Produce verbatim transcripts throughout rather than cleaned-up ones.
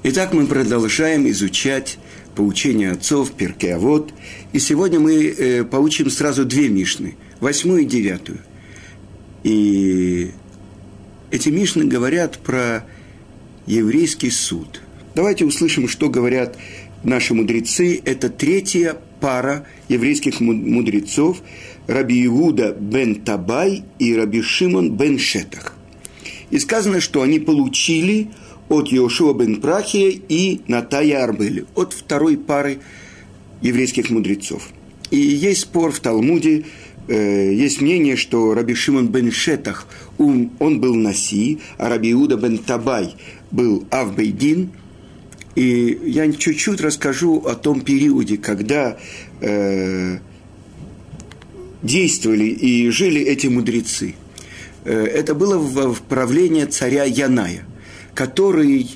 Итак, мы продолжаем изучать поучение отцов, Перкей Авот. И сегодня мы э, поучим сразу две мишны, восьмую и девятую. И эти мишны говорят про еврейский суд. Давайте услышим, что говорят наши мудрецы. Это третья пара еврейских мудрецов, Раби Иуда бен Табай и Раби Шимон бен Шетах. И сказано, что они получили от Йошуа бен Прахия и Натая Арбели, от второй пары еврейских мудрецов. И есть спор в Талмуде, э, есть мнение, что Раби Шимон бен Шетах, он, он был Наси, а Раби Иуда бен Табай был Ав-Бейдин. И я чуть-чуть расскажу о том периоде, когда э, действовали и жили эти мудрецы. Э, это было в, в правлении царя Яная, который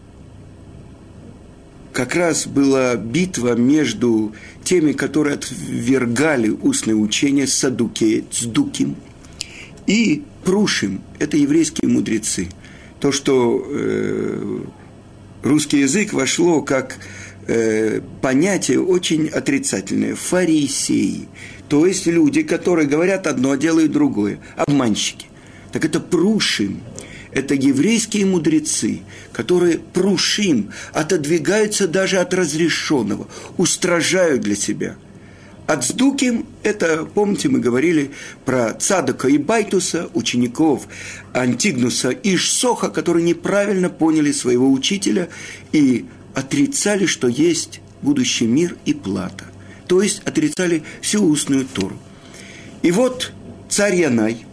как раз была битва между теми, которые отвергали устное учение Садуке, Цдуким, и Прушим, это еврейские мудрецы. То, что э, русский язык вошло как э, понятие очень отрицательное, фарисеи, то есть люди, которые говорят одно, а делают другое, обманщики. Так это Прушим. Это еврейские мудрецы, которые прушим, отодвигаются даже от разрешенного, устражают для себя. От Цдуким, это, помните, мы говорили про Цадака и Байтуса, учеников Антигнуса и Шсоха, которые неправильно поняли своего учителя и отрицали, что есть будущий мир и плата. То есть отрицали всю устную Тору. И вот царь Янай,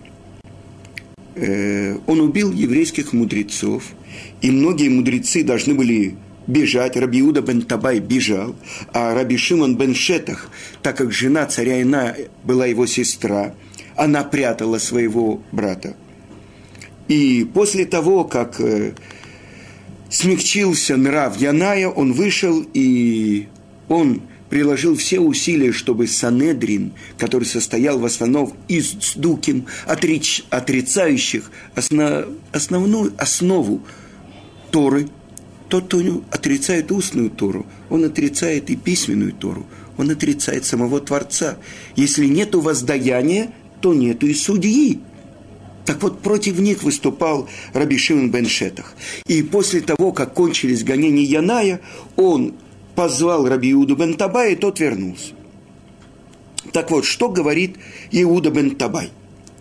он убил еврейских мудрецов, и многие мудрецы должны были бежать. Раби Иуда бен Табай бежал, а Раби Шимон бен Шетах, так как жена царя Яная была его сестра, она прятала своего брата. И после того, как смягчился нрав Яная, он вышел, и он приложил все усилия, чтобы Санедрин, который состоял в основном из Цдуким, отреч, отрицающих основ, основную основу Торы, тот, кто отрицает устную Тору, он отрицает и письменную Тору, он отрицает самого Творца. Если нету воздаяния, то нету и судьи. Так вот, против них выступал Раби Шимон бен Шетах. И после того, как кончились гонения Яная, он позвал Раби Иуду бен Табай, и тот вернулся. Так вот, что говорит Иуда бен Табай?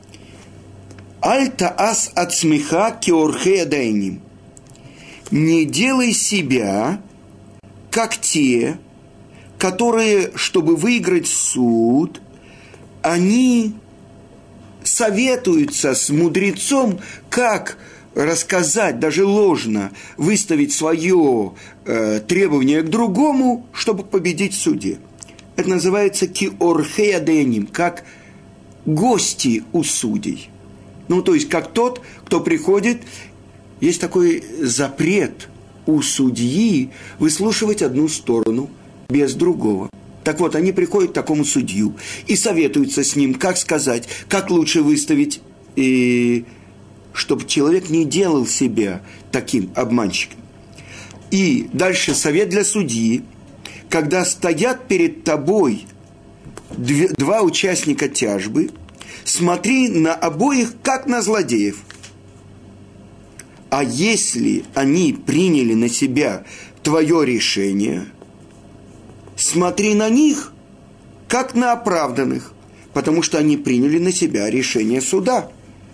«Аль-таас ат смеха кеорхея дайним». «Не делай себя, как те, которые, чтобы выиграть суд, они советуются с мудрецом, как рассказать, даже ложно, выставить свое э, требование к другому, чтобы победить в суде». Это называется киорхея деним, как гости у судей. Ну, то есть, как тот, кто приходит, есть такой запрет у судьи выслушивать одну сторону без другого. Так вот, они приходят к такому судью и советуются с ним, как сказать, как лучше выставить, и чтобы человек не делал себя таким обманщиком. И дальше совет для судьи. Когда стоят перед тобой две, два участника тяжбы, смотри на обоих, как на злодеев. А если они приняли на себя твое решение, смотри на них, как на оправданных, потому что они приняли на себя решение суда.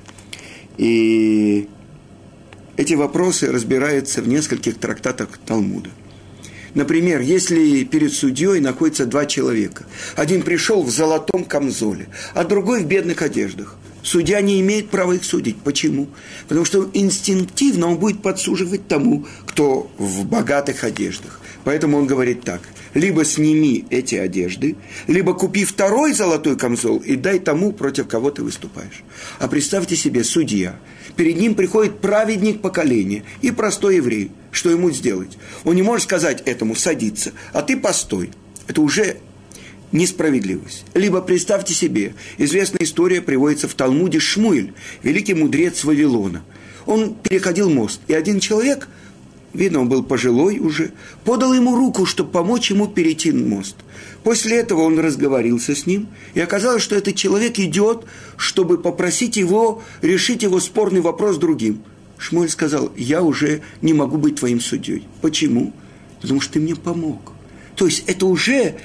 И эти вопросы разбираются в нескольких трактатах Талмуда. Например, если перед судьей находятся два человека. Один пришел в золотом камзоле, а другой в бедных одеждах. Судья не имеет права их судить. Почему? Потому что инстинктивно он будет подсуживать тому, кто в богатых одеждах. Поэтому он говорит так: либо сними эти одежды, либо купи второй золотой камзол и дай тому, против кого ты выступаешь. А представьте себе, судья. Перед ним приходит праведник поколения и простой еврей. Что ему сделать? Он не может сказать этому садиться, а ты постой. Это уже несправедливость. Либо представьте себе, известная история приводится в Талмуде, Шмуэль, великий мудрец Вавилона. Он переходил мост, и один человек видно, он был пожилой уже, подал ему руку, чтобы помочь ему перейти мост. После этого он разговорился с ним, и оказалось, что этот человек идет, чтобы попросить его решить его спорный вопрос другим. Шмуэль сказал: я уже не могу быть твоим судьей. Почему? Потому что ты мне помог. То есть это уже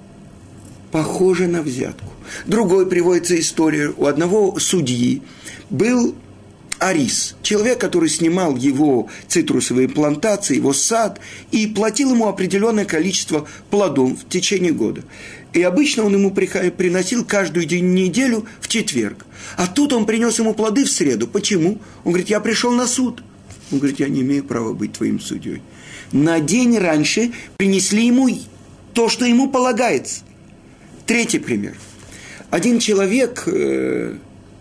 похоже на взятку. Другой приводится история. У одного судьи был арис, человек, который снимал его цитрусовые плантации, его сад, и платил ему определенное количество плодов в течение года. И обычно он ему приносил каждую неделю в четверг. А тут он принес ему плоды в среду. Почему? Он говорит: я пришел на суд. Он говорит: я не имею права быть твоим судьей. На день раньше принесли ему то, что ему полагается. Третий пример. Один человек э,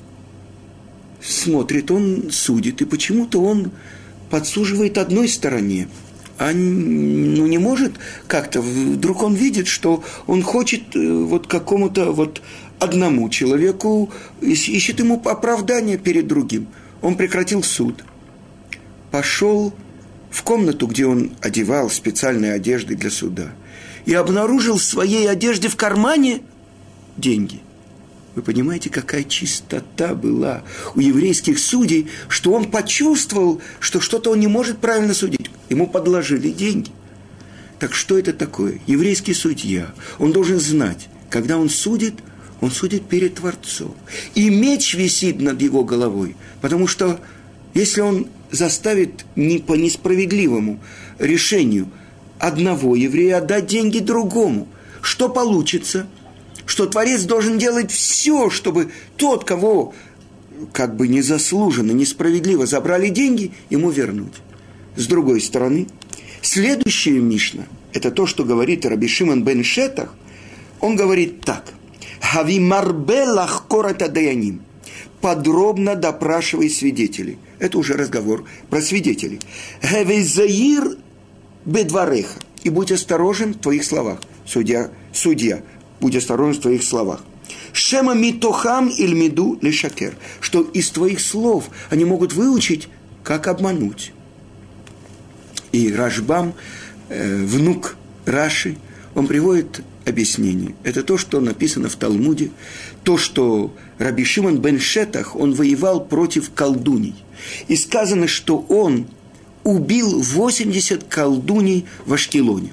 смотрит, он судит, и почему-то он подсуживает одной стороне, а ну, не может как-то, вдруг он видит, что он хочет э, вот какому-то вот одному человеку, ищет ему оправдание перед другим. Он прекратил суд, пошел в комнату, где он одевал специальные одежды для суда, и обнаружил в своей одежде в кармане деньги. Вы понимаете, какая чистота была у еврейских судей, что он почувствовал, что что-то он не может правильно судить. Ему подложили деньги. Так что это такое? Еврейский судья, он должен знать, когда он судит, он судит перед Творцом. И меч висит над его головой, потому что если он заставит не по несправедливому решению одного еврея отдать деньги другому, что получится? Что Творец должен делать все, чтобы тот, кого как бы незаслуженно, несправедливо забрали деньги, ему вернуть. С другой стороны, следующая Мишна, это то, что говорит Раби Шимон бен Шетах, он говорит так: «Хави марбе лахкората даяним», подробно допрашивай свидетелей. Это уже разговор про свидетелей. «Хави заир бедвареха», и будь осторожен в твоих словах. Судья, судья, будь осторожен в твоих словах. «Шема митохам ильмиду лешакер», что из твоих слов они могут выучить, как обмануть. И Рашбам, э, внук Раши, он приводит объяснение. Это то, что написано в Талмуде, то, что Раби Шимон бен Шетах, он воевал против колдуний. И сказано, что он убил восемьдесят колдуний в Ашкелоне.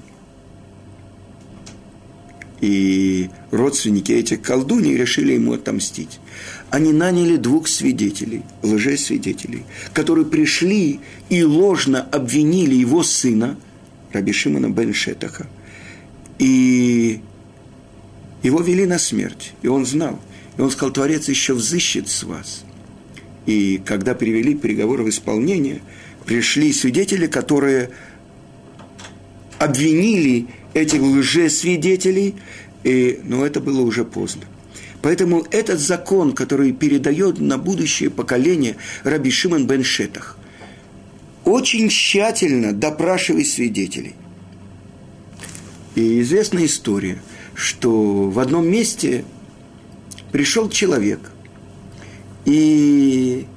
И родственники этих колдуний решили ему отомстить. Они наняли двух свидетелей, лжесвидетелей, которые пришли и ложно обвинили его сына, Раби Шимона бен Шетаха. И его вели на смерть. И он знал. И он сказал: Творец еще взыщет с вас. И когда привели переговоры в исполнение, пришли свидетели, которые обвинили этих лжесвидетелей, и, но это было уже поздно. Поэтому этот закон, который передает на будущее поколение Раби Шимон бен Шетах, очень тщательно допрашивай свидетелей. И известна история, что в одном месте пришел человек, и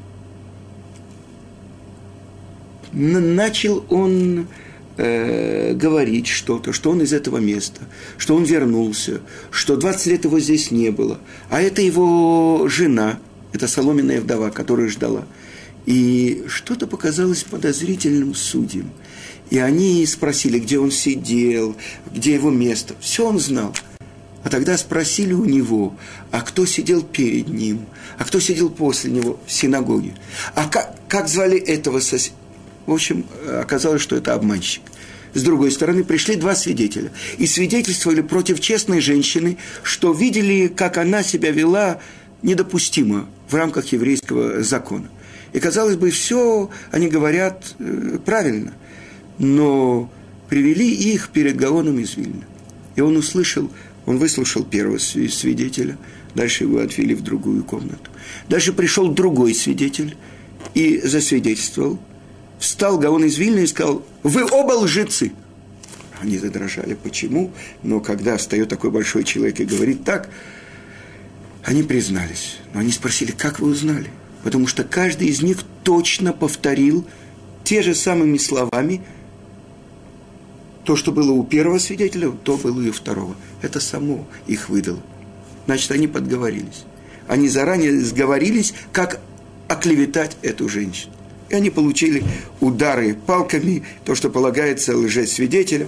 начал он э, говорить что-то, что он из этого места, что он вернулся, что двадцать лет его здесь не было, а это его жена, это соломенная вдова, которая ждала. И что-то показалось подозрительным судьям. И они спросили, где он сидел, где его место. Все он знал. А тогда спросили у него, а кто сидел перед ним, а кто сидел после него в синагоге, а как, как звали этого соседа. В общем, оказалось, что это обманщик. С другой стороны, пришли два свидетеля и свидетельствовали против честной женщины, что видели, как она себя вела недопустимо в рамках еврейского закона. И, казалось бы, все они говорят э, правильно, но привели их перед Гаоном из Вильна. И он услышал, он выслушал первого свидетеля, дальше его отвели в другую комнату. Дальше пришел другой свидетель и засвидетельствовал. Встал Гаон из Вильна и сказал: вы оба лжецы. Они задрожали. Почему? Но когда встает такой большой человек и говорит так, они признались. Но они спросили: как вы узнали? Потому что каждый из них точно повторил те же самыми словами. То, что было у первого свидетеля, то было и у второго. Это само их выдало. Значит, они подговорились. Они заранее сговорились, как оклеветать эту женщину. И они получили удары палками, то, что полагается лжесвидетелям.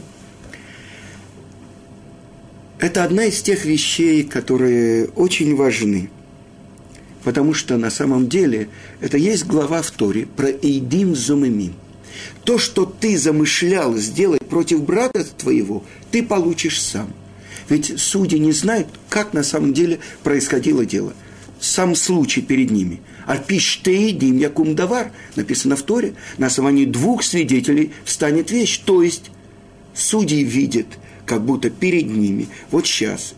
Это одна из тех вещей, которые очень важны. Потому что на самом деле это есть глава в Торе про «Эйдим зомемим». То, что ты замышлял сделать против брата твоего, ты получишь сам. Ведь судьи не знают, как на самом деле происходило дело. Сам случай перед ними. «Альпиштейдим якум давар» написано в Торе. На основании двух свидетелей встанет вещь. То есть судьи видят, как будто перед ними вот сейчас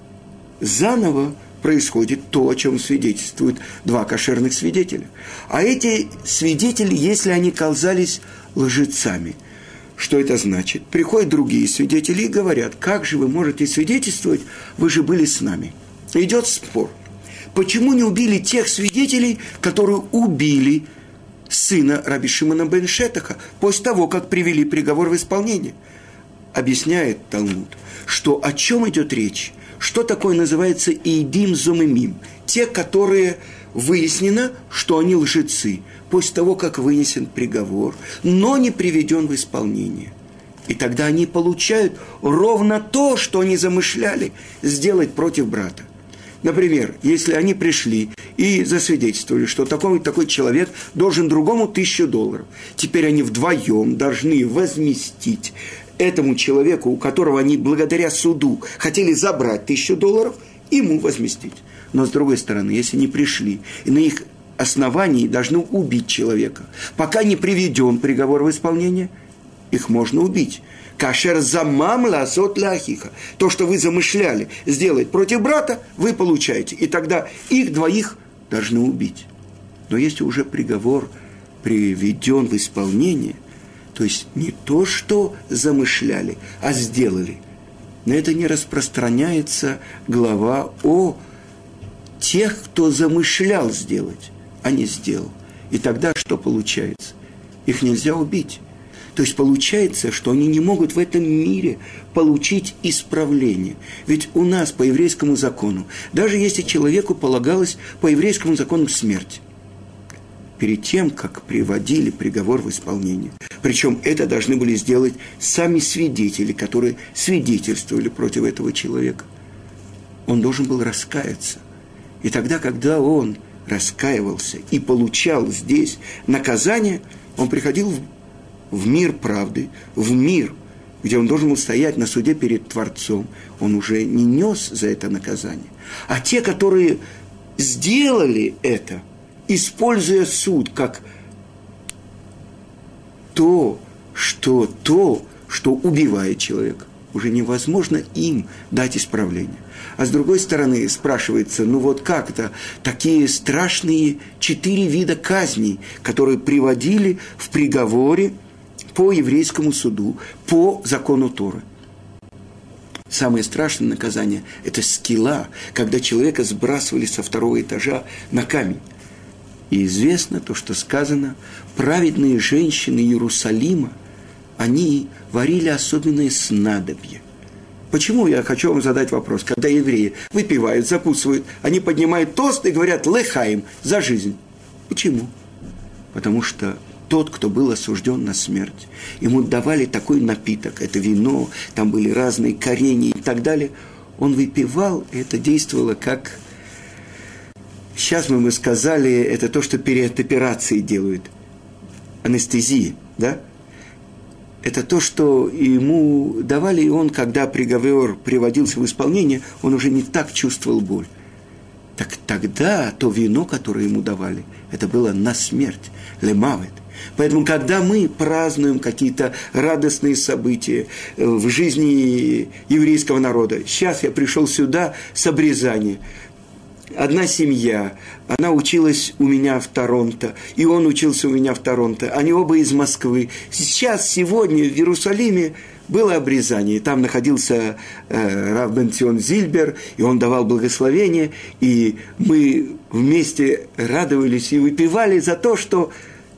заново происходит то, о чем свидетельствуют два кошерных свидетеля. А эти свидетели, если они казались лжецами, что это значит? Приходят другие свидетели и говорят: как же вы можете свидетельствовать, вы же были с нами. Идет спор. Почему не убили тех свидетелей, которые убили сына Раби Шимона бен Шетаха после того, как привели приговор в исполнение? Объясняет Талмуд, что о чем идет речь, что такое называется «Эйдим зомемим», те, которые выяснено, что они лжецы, после того, как вынесен приговор, но не приведен в исполнение. И тогда они получают ровно то, что они замышляли сделать против брата. Например, если они пришли и засвидетельствовали, что такой, такой человек должен другому тысячу долларов, теперь они вдвоем должны возместить этому человеку, у которого они благодаря суду хотели забрать тысячу долларов, ему возместить. Но с другой стороны, если не пришли и на их основании должны убить человека, пока не приведен приговор в исполнение, их можно убить. Кашер замам ласот ляхиха. То, что вы замышляли сделать против брата, вы получаете. И тогда их двоих должны убить. Но если уже приговор приведен в исполнение, то есть не то, что замышляли, а сделали, на это не распространяется глава о тех, кто замышлял сделать, а не сделал. И тогда что получается? Их нельзя убить. То есть получается, что они не могут в этом мире получить исправление. Ведь у нас по еврейскому закону, даже если человеку полагалось по еврейскому закону смерть, перед тем, как приводили приговор в исполнение, причем это должны были сделать сами свидетели, которые свидетельствовали против этого человека, он должен был раскаяться. И тогда, когда он раскаивался и получал здесь наказание, он приходил в в мир правды, в мир, где он должен был стоять на суде перед Творцом, он уже не нес за это наказание. А те, которые сделали это, используя суд как то, что, то, что убивает человека, уже невозможно им дать исправление. А с другой стороны, спрашивается, ну вот как это, такие страшные четыре вида казней, которые приводили в приговоре по еврейскому суду, по закону Торы. Самое страшное наказание – это скила, когда человека сбрасывали со второго этажа на камень. И известно то, что сказано, праведные женщины Иерусалима, они варили особенные снадобья. Почему? Я хочу вам задать вопрос. Когда евреи выпивают, закусывают, они поднимают тост и говорят «лехаим» – за жизнь. Почему? Потому что тот, кто был осужден на смерть, ему давали такой напиток, это вино, там были разные коренья и так далее, он выпивал, и это действовало как, сейчас мы бы сказали, это то, что перед операцией делают, анестезия, да? Это то, что ему давали, и он, когда приговор приводился в исполнение, он уже не так чувствовал боль. Так тогда то вино, которое ему давали, это было на смерть, лемавет. Поэтому, когда мы празднуем какие-то радостные события в жизни еврейского народа, сейчас я пришел сюда с обрезания. Одна семья, она училась у меня в Торонто, и он учился у меня в Торонто, они оба из Москвы. Сейчас, сегодня в Иерусалиме было обрезание, там находился э, рав Бен-Цион Зильбер, и он давал благословение, и мы вместе радовались и выпивали за то, что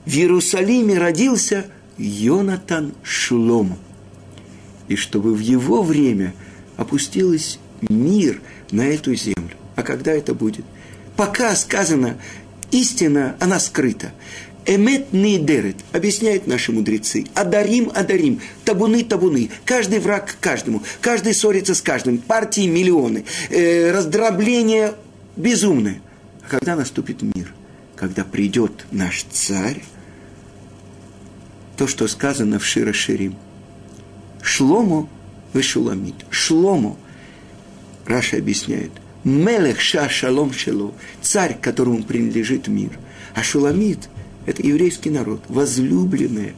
в Иерусалиме родился Йонатан Шломо. И чтобы в его время опустился мир на эту землю. А когда это будет? Пока сказано, истина, она скрыта. Эмет нейдерет, объясняют наши мудрецы. Адарим, адарим, табуны, табуны. Каждый враг к каждому. Каждый ссорится с каждым. Партии миллионы. Э, раздробление безумное. А когда наступит мир? Когда придет наш царь, то, что сказано в Шир ха-Ширим. Шломо вешуламит. Шломо, Раши объясняет, мелех ша шалом шело, царь, которому принадлежит мир. А Шуламит – это еврейский народ, возлюбленные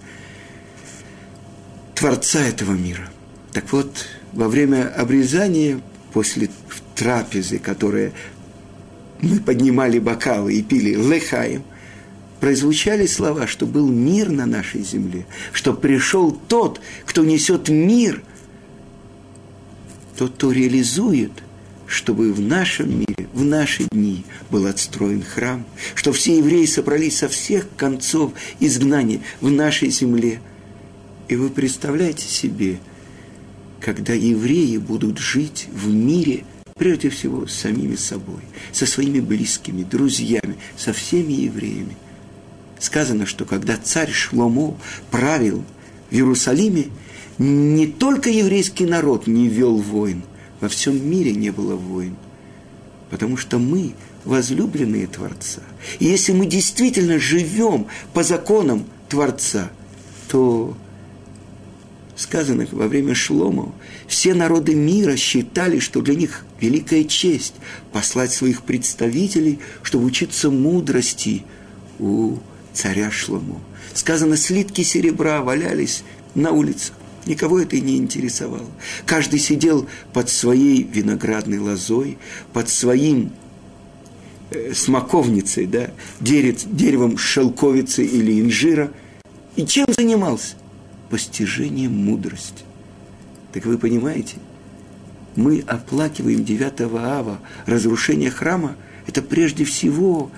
Творца этого мира. Так вот, во время обрезания, после трапезы, которая мы поднимали бокалы и пили лехаем, прозвучали слова, что был мир на нашей земле, что пришел тот, кто несет мир, тот, кто реализует, чтобы в нашем мире, в наши дни был отстроен храм, что все евреи собрались со всех концов изгнания в нашей земле. И вы представляете себе, когда евреи будут жить в мире, прежде всего, с самими собой, со своими близкими, друзьями, со всеми евреями. Сказано, что когда царь Шломо правил в Иерусалиме, не только еврейский народ не вел войн, во всем мире не было войн. Потому что мы возлюбленные Творца. И если мы действительно живем по законам Творца, то, сказано во время Шломо, все народы мира считали, что для них великая честь послать своих представителей, чтобы учиться мудрости у царя Шломо. Сказано, слитки серебра валялись на улицах. Никого это и не интересовало. Каждый сидел под своей виноградной лозой, под своим э, смоковницей, да, дерев, деревом шелковицы или инжира. И чем занимался? Постижением мудрости. Так вы понимаете, мы оплакиваем девятого ава, разрушение храма, это прежде всего,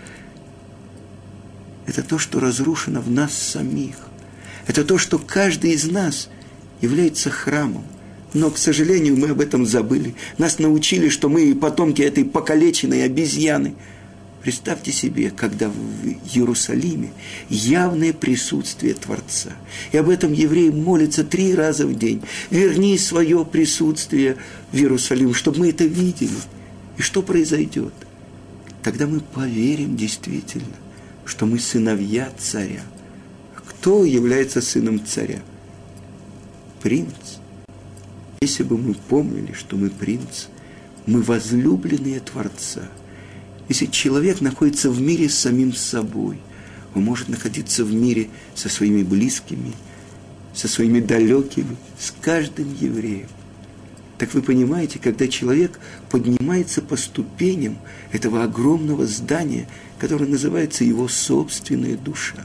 это то, что разрушено в нас самих. Это то, что каждый из нас является храмом. Но, к сожалению, мы об этом забыли. Нас научили, что мы потомки этой покалеченной обезьяны. Представьте себе, когда в Иерусалиме явное присутствие Творца. И об этом евреи молятся три раза в день. Верни свое присутствие в Иерусалим, чтобы мы это видели. И что произойдет? Тогда мы поверим действительно, что мы сыновья царя. Кто является сыном царя? Принц. Если бы мы помнили, что мы принц, мы возлюбленные Творца. Если человек находится в мире с самим собой, он может находиться в мире со своими близкими, со своими далекими, с каждым евреем. Так вы понимаете, когда человек поднимается по ступеням этого огромного здания, которое называется его собственная душа.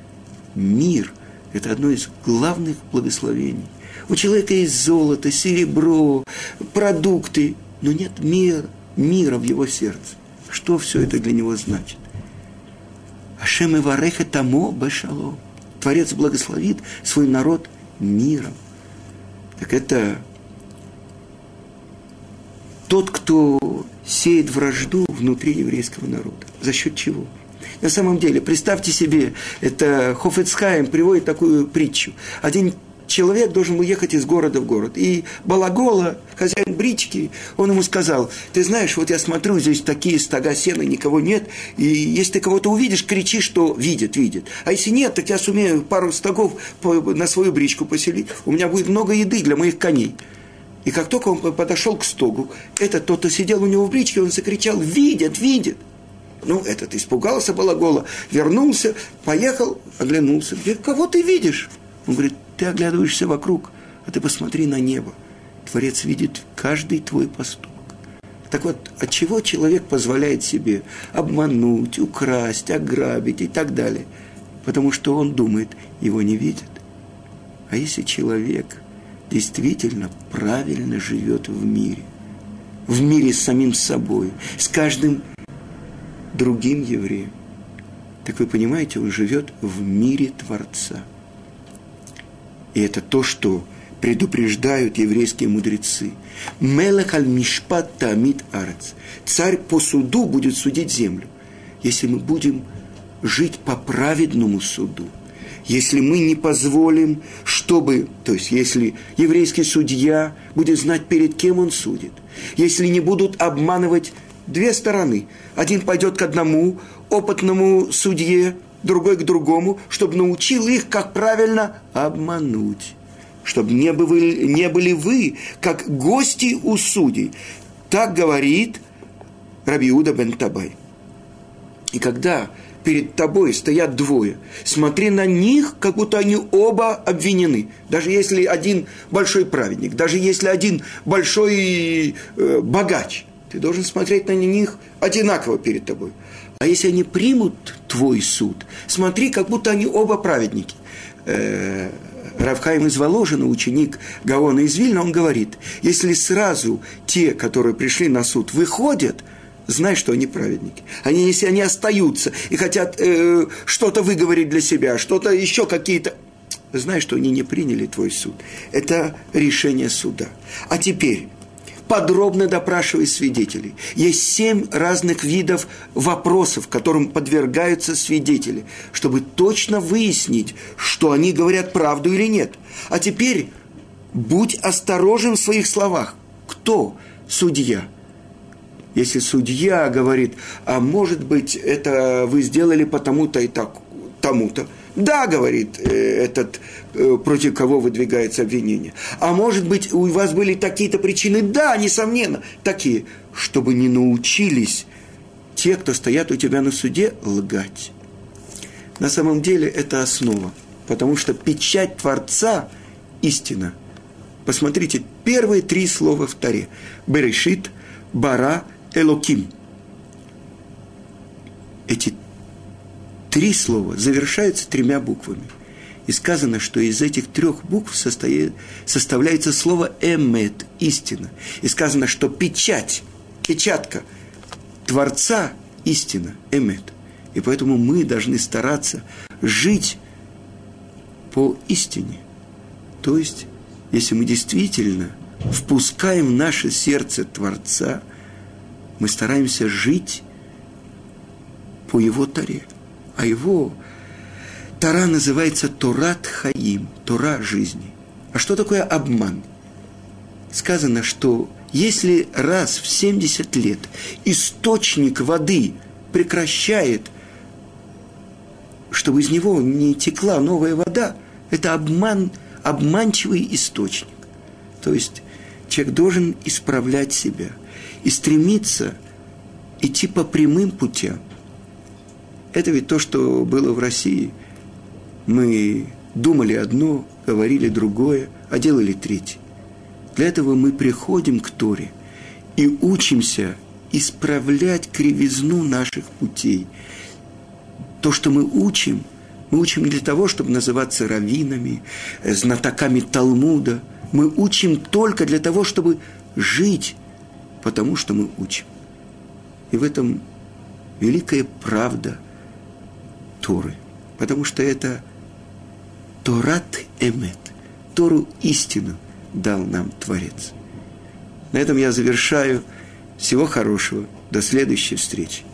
Мир – это одно из главных благословений. У человека есть золото, серебро, продукты, но нет мира, мира в его сердце. Что все это для него значит? Ашем ивареха тамо бешалом. Творец благословит свой народ миром. Так это тот, кто сеет вражду внутри еврейского народа. За счет чего? На самом деле, представьте себе, это Хафец Хаим приводит такую притчу. Один человек должен был ехать из города в город. И Балагола, хозяин брички, он ему сказал: ты знаешь, вот я смотрю, здесь такие стога сена, никого нет. И если ты кого-то увидишь, кричи, что видит, видит. А если нет, так я сумею пару стогов на свою бричку поселить. У меня будет много еды для моих коней. И как только он подошел к стогу, этот, тот, кто сидел у него в бричке, он закричал: видят, видят. Ну, этот испугался Балагола, вернулся, поехал, оглянулся. Говорит: кого ты видишь? Он говорит: ты оглядываешься вокруг, а ты посмотри на небо. Творец видит каждый твой поступок. Так вот, от чего человек позволяет себе обмануть, украсть, ограбить и так далее? Потому что он думает, его не видят. А если человек действительно правильно живет в мире, в мире с самим собой, с каждым другим евреем, Так вы понимаете, он живет в мире Творца. И это то, что предупреждают еврейские мудрецы. Мелех аль-мишпат таамид арец. Царь по суду будет судить землю. Если мы будем жить по праведному суду, если мы не позволим, чтобы, то есть если еврейский судья будет знать, перед кем он судит, если не будут обманывать две стороны, один пойдет к одному опытному судье, другой к другому, чтобы научил их, как правильно обмануть, чтобы не были, не были вы, как гости у судей. Так говорит Раби Иуда бен Табай. И когда перед тобой стоят двое, смотри на них, как будто они оба обвинены. Даже если один большой праведник, даже если один большой э, богач, ты должен смотреть на них одинаково перед тобой. А если они примут твой суд, смотри, как будто они оба праведники. Э, Рав Хаим из Воложина, ученик Гаона из Вильна, он говорит, если сразу те, которые пришли на суд, выходят, знай, что они праведники. Они, если они остаются и хотят э, что-то выговорить для себя, что-то еще какие-то, знай, что они не приняли твой суд. Это решение суда. А теперь подробно допрашивай свидетелей. Есть семь разных видов вопросов, которым подвергаются свидетели, чтобы точно выяснить, что они говорят правду или нет. А теперь будь осторожен в своих словах. Кто судья? Если судья говорит, а может быть, это вы сделали потому-то и так, тому-то. Да, говорит этот, против кого выдвигается обвинение. А может быть, у вас были такие-то причины? Да, несомненно, такие. Чтобы не научились те, кто стоят у тебя на суде, лгать. На самом деле это основа. Потому что печать Творца – истина. Посмотрите, первые три слова в Торе. Берешит, Бара, Элоким. Эти три слова завершаются тремя буквами. И сказано, что из этих трех букв состоит, составляется слово «эмет» – истина. И сказано, что печать, печатка Творца – истина, «эмет». И поэтому мы должны стараться жить по истине. То есть, если мы действительно впускаем в наше сердце Творца, мы стараемся жить по Его Торе. А Его Тора называется Торат Хаим, Тора жизни. А что такое обман? Сказано, что если раз в семьдесят лет источник воды прекращает, чтобы из него не текла новая вода, это обман, обманчивый источник. То есть человек должен исправлять себя и стремиться идти по прямым путям. Это ведь то, что было в России. Мы думали одно, говорили другое, а делали третье. Для этого мы приходим к Торе и учимся исправлять кривизну наших путей. То, что мы учим, мы учим для того, чтобы называться раввинами, знатоками Талмуда. Мы учим только для того, чтобы жить, потому что мы учим. И в этом великая правда Торы. Потому что это Торат Эмет. Тору истину дал нам Творец. На этом я завершаю. Всего хорошего. До следующей встречи.